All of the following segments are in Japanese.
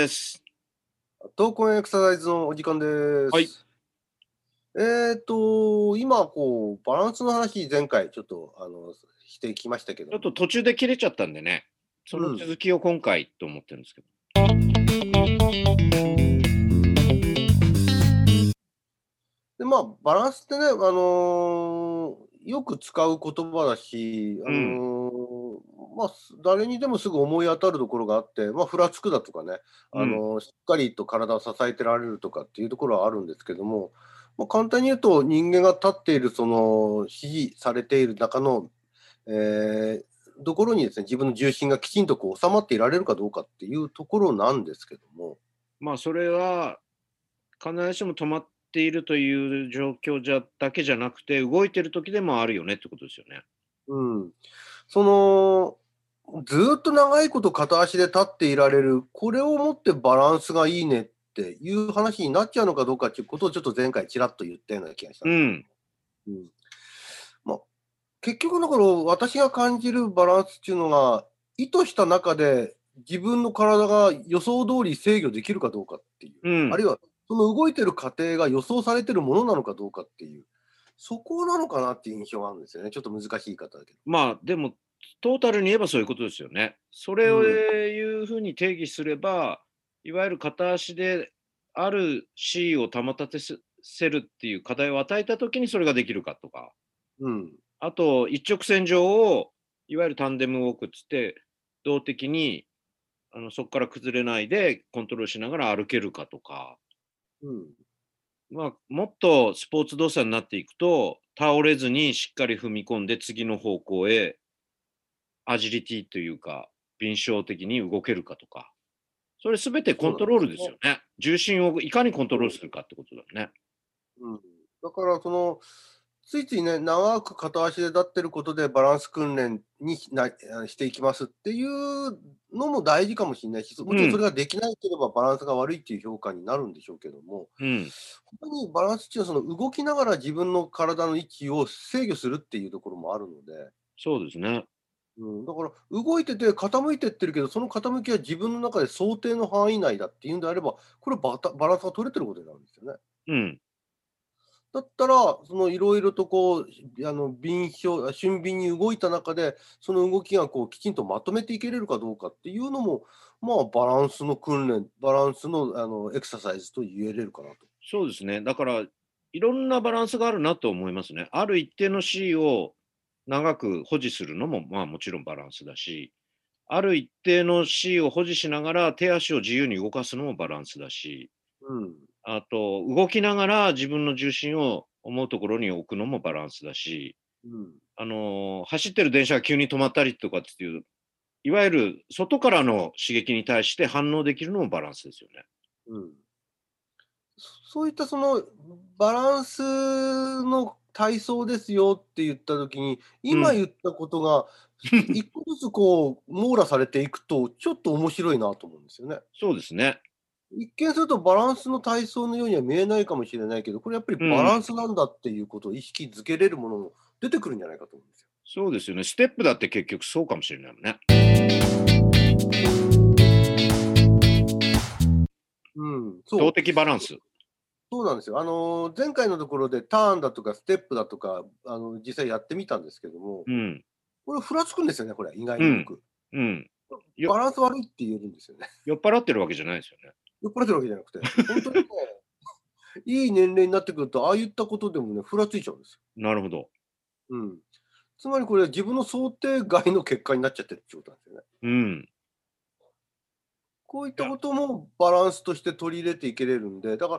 です。 闘魂エクササイズのお時間ではい。 す。今バランスの話、前回ちょっとしてきましたけども。 ちょっと途中で切れちゃったんでね、そのうん。 続きを今回と思ってるんですけど。 で、バランスってね、よく使う言葉だし、 うん、 誰にでもすぐ思い当たるところがあって、ふらつくだとかね、 うん、 しっかりと体を支えてられるとかっていうところはあるんですけども、簡単に言うと、人間が立っているその支持されている中のところにですね、自分の重心がきちんと収まっていられるかどうかっていうところなんですけども。 それは必ずしも止まっているという状況だけじゃなくて、動いてる時でもあるよねってことですよね。 うん。その、ずっと長いこと片足で立っていられる、これをもってバランスがいいねっていう話になっちゃうのかどうかっていうことをちょっと前回ちらっと言ったような気がしたんですけど。 うん、 うん。ま、結局のところ、私が感じるバランスっていうのが、意図した中で自分の体が予想通り制御できるかどうかっていう、 うん。 あるいはその動いてる過程が予想されてるものなのかどうかっていう、そこなのかなっていう印象があるんですよね。ちょっと難しい言い方だけど。 でも、トータルに言えばそういうことですよね。それをうん。 いうふうに定義すれば、いわゆる片足である C を保たせるっていう課題を与えた時にそれができるかとか。 うん。 あと、一直線上を、いわゆるタンデムウォークっつって、動的に、そこから崩れないでコントロールしながら歩けるかとか、 うん。 もっとスポーツ動作になっていくと、倒れずにしっかり踏み込んで次の方向へアジリティというか、敏捷的に動けるかとか、それ全てコそうなんントロールですですね。 よね。重心をいかにコントロールすそるかってことだよね。 う。うん。だからついついね、長く片足で立ってることでバランス訓練にしていきますっていうのも大事かもしれないし、もちろんそれうん、 ができないければバランスが悪いっていう評価になるんでしょうけども、 うん、 他にバランスっていうのはその動きながら自分の体の位置を制御するっていうところもあるので、 そうですね。 だから動いてて傾いてってるけど、その傾きは自分の中で想定の範囲内だっていうんであれば、これバランスが取れてることになるんですよね。 うん、 だったら、いろいろと俊敏に動いた中で、その動きがきちんとまとめていけれるかどうかっていうのも、バランスの訓練、バランスのエクササイズと言えれるかなと。 そうですね。だから、いろんなバランスがあるなと思いますね。ある一定の C を長く保持するのも、もちろんバランスだし、ある一定の C を保持しながら手足を自由に動かすのもバランスだし、 うん。 あと、動きながら自分の重心を思うところに置くのもバランスだし、 うん。 走ってる電車が急に止まったりとかっていう、いわゆる外からの刺激に対して反応できるのもバランスですよね。 うん。そういったバランスの体操ですよって言った時に、 うん。 今言ったことが、一個ずつ網羅されていくと、ちょっと面白いなと思うんですよね。 そうですね。 一見するとバランスの体操のようには見えないかもしれないけど、これやっぱりバうんうん。 ランスなんだっていうことを意識づけれるものも出てくるんじゃないかと思うんですよ。 そうですよね。ステップだって結局そうかもしれないもんね。 うん、 動そう。 的バランス。 そうなんですよ。前回のところでターンだとかステップだとか、実際やってみたんですけども、 うん。 これふらつくんですよね、これ、意外うん。 によく。 うん。 バランス悪いって言えるんですよね。 酔っ払ってるわけじゃないですよね。 酔っ払ってるわけじゃなくて、ほんとにね、いい年齢になってくると、ああいったことでもね、ふらついちゃうんですよ。 なるほど。 うん。つまりこれ自分の想定外の結果になっちゃってるってことなんですよね。 うん。 こういっいや、 たこともバランスとして取り入れていけれるんで、だから、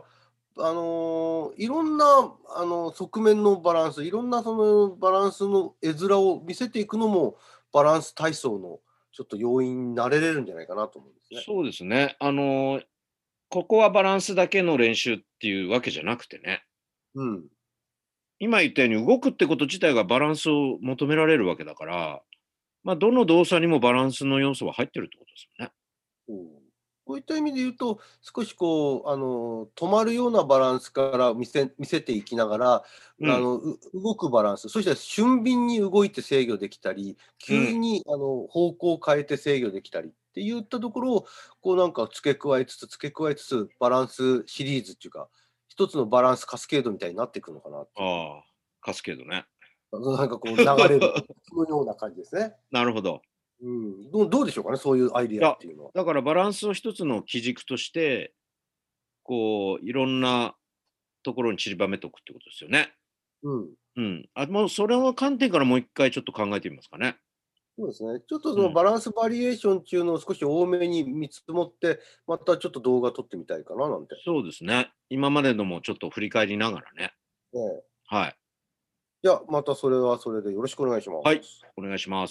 いろんな、側面のバランス、いろんなそのバランスの絵面を見せていくのも、バランス体操のちょっと要因になれれるんじゃないかなと思うんですね。 そうですね。ここはバランスだけの練習っていうわけじゃなくてね。 うん。 今言ったように動くってこと自体がバランスを求められるわけだから、どの動作にもバランスの要素は入ってるってことですよね。 うん。こういった意味で言うと、少し止まるようなバランスから見せていきながら、 うん、 動くバランス、そして俊敏に動いて制御できたり、 うん、 急に方向を変えて制御できたりっって言ったところを、こうなんか付け加えつつ、バランスシリーズっていうか、一つのバランスカスケードみたいになっていくのかなっていうふうに、 ああ、カスケードね。 なんかこう流れる、そのような感じですね。 なるほど。 うん、どうでしょうかね、そういうアイディアっいや、 ていうのは。 だからバランスを一つの基軸として、こう、いろんなところに散りばめておくってことですよね。 うん。 うん。あ、もうそれの観点からもう一回ちょっと考えてみますかね。 そうですね。ちょっとそうん。 のバランスバリエーションっていうのを少し多めに見積もって、またちょっと動画撮ってみたいかななんて。 そうですね。今までのもちょっと振り返りながらね。 ええ。 はい。 じゃあ、またそれはそれでよろしくお願いしまはい、 す。 お願いします。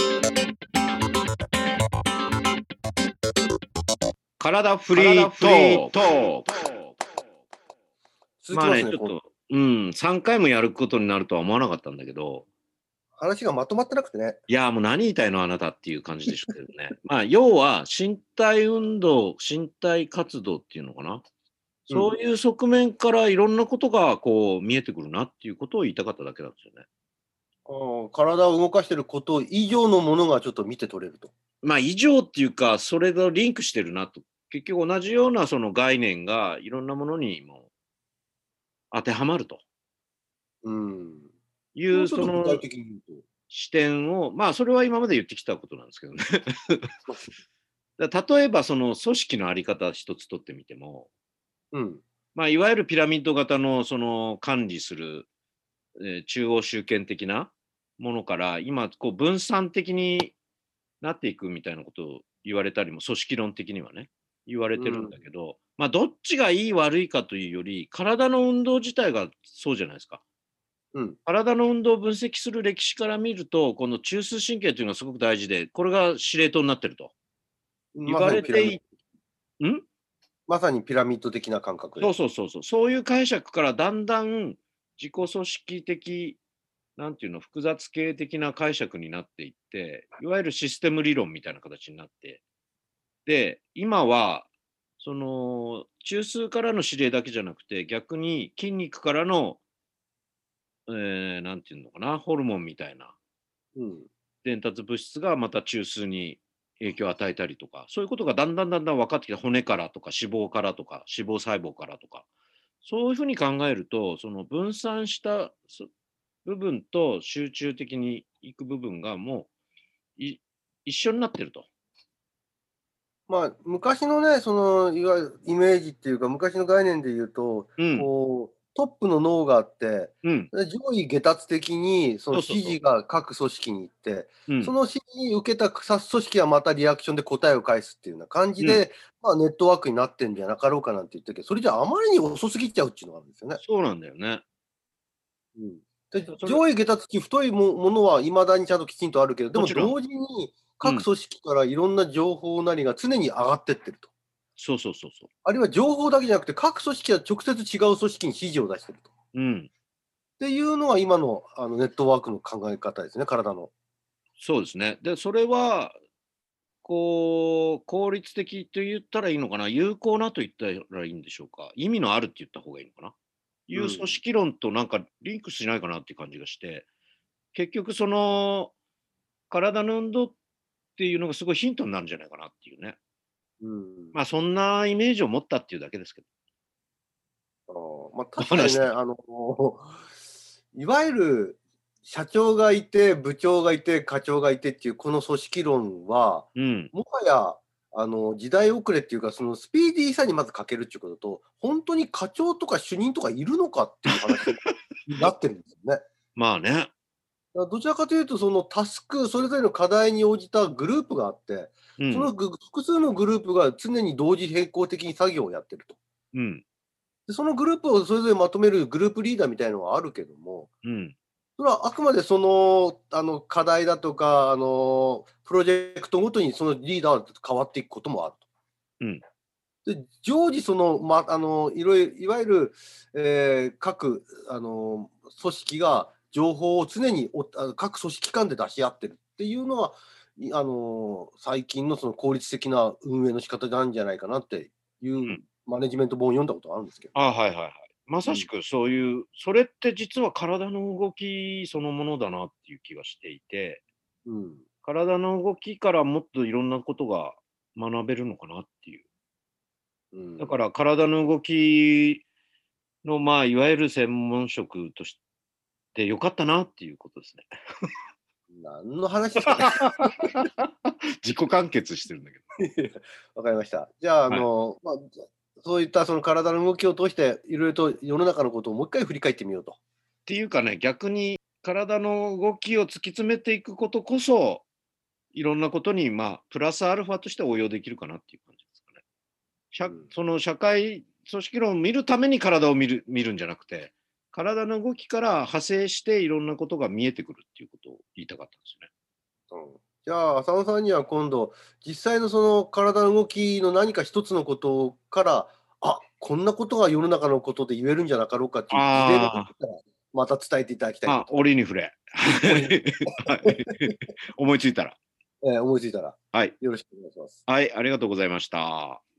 体フリートーク。まあね、 続きますね、 ちょっと、うん、3回もやることになるとは思わなかったんだけど、 話がまとまってなくてね。 いや、もう何言いたいのあなたっていう感じでしたけどね。まあ、要は身体運動、身体活動っていうのかな。 うん。 そういう側面からいろんなことがこう見えてくるなっていうことを言いたかっただけなんですよね。 体を動かしていること以上のものがちょっと見て取れると。 まあ、以上っていうか、それとリンクしてるなと。結局同じようなその概念がいろんなものにも当てはまるとうん。 いうもうちょっと具体その的に言うと。 視点を、まあ、それは今まで言ってきたことなんですけどね。例えばその組織のあり方一つとってみても、 うん。 まあ、いわゆるピラミッド型のその管理する、中央集権的なものから、今こう分散的になっていくみたいなことを言われたりも、組織論的にはね、言われてるんうん。 だけど、まあ、どっちがいい悪いかというより、体の運動自体がそうじゃないですか。 うん。 体の運動を分析する歴史から見ると、この中枢神経というのがすごく大事で、これが司令塔になってると言まさにピラミッわれてんまさにピラミッド的な感覚そうで。 そうそうそう。そういう解釈からだんだん自己組織的、なんていうの、複雑系的な解釈になっていって、いわゆるシステム理論みたいな形になって、で、今は、その、中枢からの指令だけじゃなくて、逆に筋肉からの、なんていうのかな、ホルモンみたいなうん。 伝達物質がまた中枢に影響を与えたりとか、そういうことがだんだん分かってきた。骨からとか脂肪からとか、脂肪細胞からとか。そういうふうに考えると、その分散した部分と集中的にいく部分がもう一緒になってると。 まあ、昔のね、その、いわゆるイメージっていうか、昔の概念で言うと、 うん、 こう、トップの脳があって、 うん、 で、上位下達的にその指そうそうそ示が各組織に行って、 う。うん、 その指示受けた組織はまたリアクションで答えを返すっていうような感じうん。 で、まあ、ネットワークになってんじゃなかろうかなんて言ってるけど、それじゃあまりに遅すぎちゃうっていうのがあるんですよね。 そうなんだよね。 うん。で、 それ、 上位下達値太いものは未だにちゃんときちんとあるけど、でもちろん。 も同時にうん、 各組織からいろんな情報なりが常に上がってってると。 そうそうそうそう。 あるいは情報だけじゃなくて、各組織は直接違う組織に指示を出してると。っうん、 ていうのが今のネットワークの考え方ですね、体の。 そうですね。で、それは、こう、効率的と言ったらいいのかな、有効なと言ったらいいんでしょうか、意味のあるって言った方がいいのかな、いう組うん。 織論となんかリンクしないかなっていう感じがして、結局その、体の運動っていうのがすごいヒントになるんじゃないかなっていうね。 うん。 まあ、そんなイメージを持ったっていうだけですけど、 まあ、 お確かにね、 話的に。 いわゆる社長がいて、部長がいて、課長がいてっていうこの組織論は、 うん、 もはや時代遅れっていうか、そのスピーディーさにまず欠けるっていうことと、本当に課長とか主任とかいるのかっていう話になってるんですよね。 まあね。 どちらかというと、そのタスク、それぞれの課題に応じたグループがあって、 うん、 その複数のグループが常に同時並行的に作業をやってると。 うん、 で、そのグループをそれぞれまとめるグループリーダーみたいなのはあるけども、 うん、 それはあくまでその、課題だとか、プロジェクトごとにそのリーダーは変わっていくこともあると。 うん、 で、常時その、いわゆる、各、組織が情報を常に各組織間で出し合ってるっていうのは、最近のその効率的な運営の仕方なんじゃないかなっていううん。 マネジメント本を読んだことがあるんですけどああ、 ね。 はいはいはい。まうん。 さしくそういう、それって実は体の動きそのものだなっていう気がしていて、 うん。 体の動きからもっといろんなことが学べるのかなっていう。だから体の動きの、まあ、いわゆる専門職としてよかったなっていうことですね。 何の話ですかね。 自己完結してるんだけど。 わかりました。じゃあ、 はい。 そういったその体の動きを通して、いろいろと世の中のことをもう一回振り返ってみようと。 っていうかね、逆に体の動きを突き詰めていくことこそ、いろんなことに、まあ、プラスアルファとして応用できるかなっていう感じですかね。その社会組織論を見るために体を見るんじゃなくて、体の動きから派生していろんなことが見えてくるっていうことを言いたかったんですよね。 じゃあ、浅野さんには今度、実際のその体の動きの何か一つのことから、あ、こんなことが世の中のことで言えるんじゃなかろうかっていう事例があっああ、 たら、また伝えていただきたいなあ、 と。 折に触れ。 折にはい。思いついたら。 思いついたら、 はい。 よろしくお願いします。 はい、ありがとうございました。